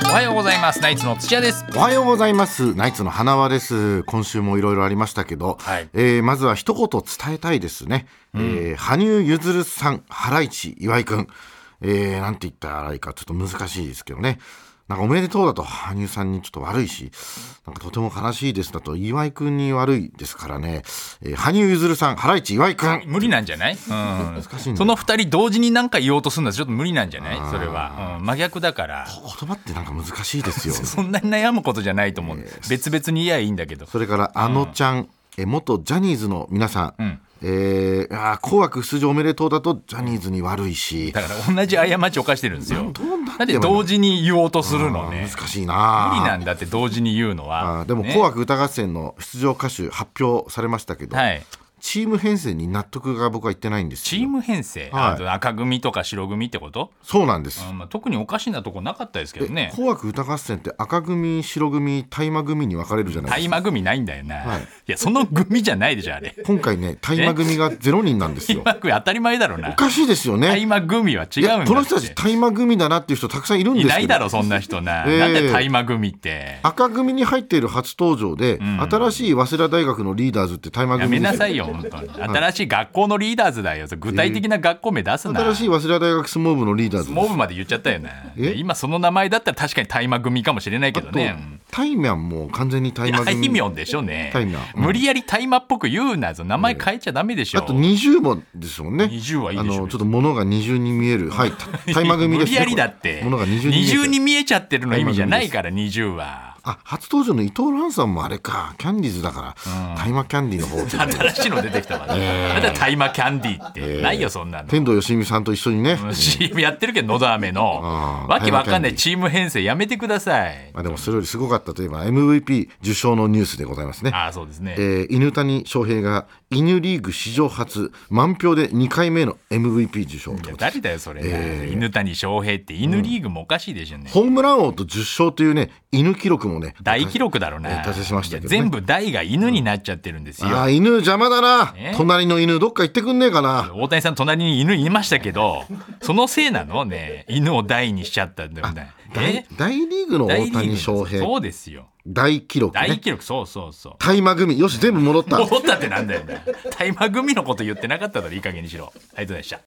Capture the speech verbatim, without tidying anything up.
おはようございます。ナイツの土屋です。 おはようございます。ナイツの花輪です。今週もいろいろありましたけど、 はいえーまずは一言伝えたいですね、うんえー羽生結弦さん、ハライチ岩井くん、えー、なんて言ったらいいかちょっと難しいですけどね、なんかおめでとうだと羽生さんにちょっと悪いし、なんかとても悲しいですだと岩井くんに悪いですからね、えー、羽生結弦さん、ハライチ岩井くん、 無理なんじゃない、うん、 難しいんだ。 そのふたり同時に何か言おうとするのはちょっと無理なんじゃない。それは、うん、真逆だから言葉ってなんか難しいですよそんなに悩むことじゃないと思う、えー、別々に言えばいいんだけど。 それからあのちゃん、うん、え元ジャニーズの皆さん、うんえー、あ紅白出場おめでとうだとジャニーズに悪いし、 だから同じ過ちを犯してるんですよ。なんで同時に言おうとするのね。 難しいな。 無理なんだって同時に言うのは。 あでも紅白歌合戦の出場歌手発表されましたけど、 はい、 チーム編成に納得が僕は言ってないんですよ。 チーム編成、はい、赤組とか白組ってこと？ そうなんです、 まあ、特におかしなとこなかったですけどね。 紅白歌合戦って赤組白組大麻組に分かれるじゃないですか。 大麻組ないんだよな、 はい、いやその組じゃないでしょあれ。 今回ね大麻組がゼロにんなんですよ。 大麻組当たり前だろうな。 おかしいですよね。 大麻組は違うんだって。 この人たち大麻組だなっていう人たくさんいるんですけど、 いないだろそんな人な、えー、なんで大麻組って。 赤組に入っている初登場で、うん、新しい早稲田大学のリーダーズって大麻組ですよ。 やめなさいよ本当に、はい、新しい学校のリーダーズだよ。具体的な学校名出すな、 えー、新しい早稲田大学相撲部のリーダーズです。 相撲部まで言っちゃったよな。今その名前だったら確かに大麻組かもしれないけどね。 大麻も完全に大麻組。 大麻でしょね。 大麻、うん、 無理やり大麻っぽく言うなぞ。名前変えちゃダメでしょ、えー、 あとにじゅうもですもんね。 にじゅうはいいでしょ。 あのちょっと物が二重に見える、はい、大麻組ですね。 無理やりだって物が二重に見え二重に見えちゃってるの意味じゃないからにじゅうは。 あ初登場の伊藤蘭さんもあれかキャンディーズだから、うん、大麻キャンディーの方新しいの出てきたわね、えー、だ大麻キャンディーって、えー、ないよそんなの。 天童よしみさんと一緒にね、 うん、シーエム やってるけどのど飴のわけわかんないチーム編成やめてください。 まあ、でもそれよりすごかったといえば エムブイピー 受賞のニュースでございますね。 あそうですね、 えー、犬谷翔平が犬リーグ史上初満票でにかいめの エムブイピー 受賞。 いや誰だよそれ、えー、犬谷翔平って犬リーグもおかしいでしょうね、 うん、ホームラン王とじゅっ勝というね犬記録もね大記録だろうな、 えー、達成しましたけど、ね、 全部大が犬になっちゃってるんですよ、うん、 あ犬邪魔だな、えー、隣の犬どっか行ってくんねえかな。 大谷さん隣に犬いましたけどそのせいなのね犬を大にしちゃったんだよね。 大, 大リーグの大谷翔平そうですよ大記録ね。 大記録そうそうそう大麻組よし全部戻った戻ったってなんだよね。大麻組のこと言ってなかっただろいい加減にしろ。ありがとうございました。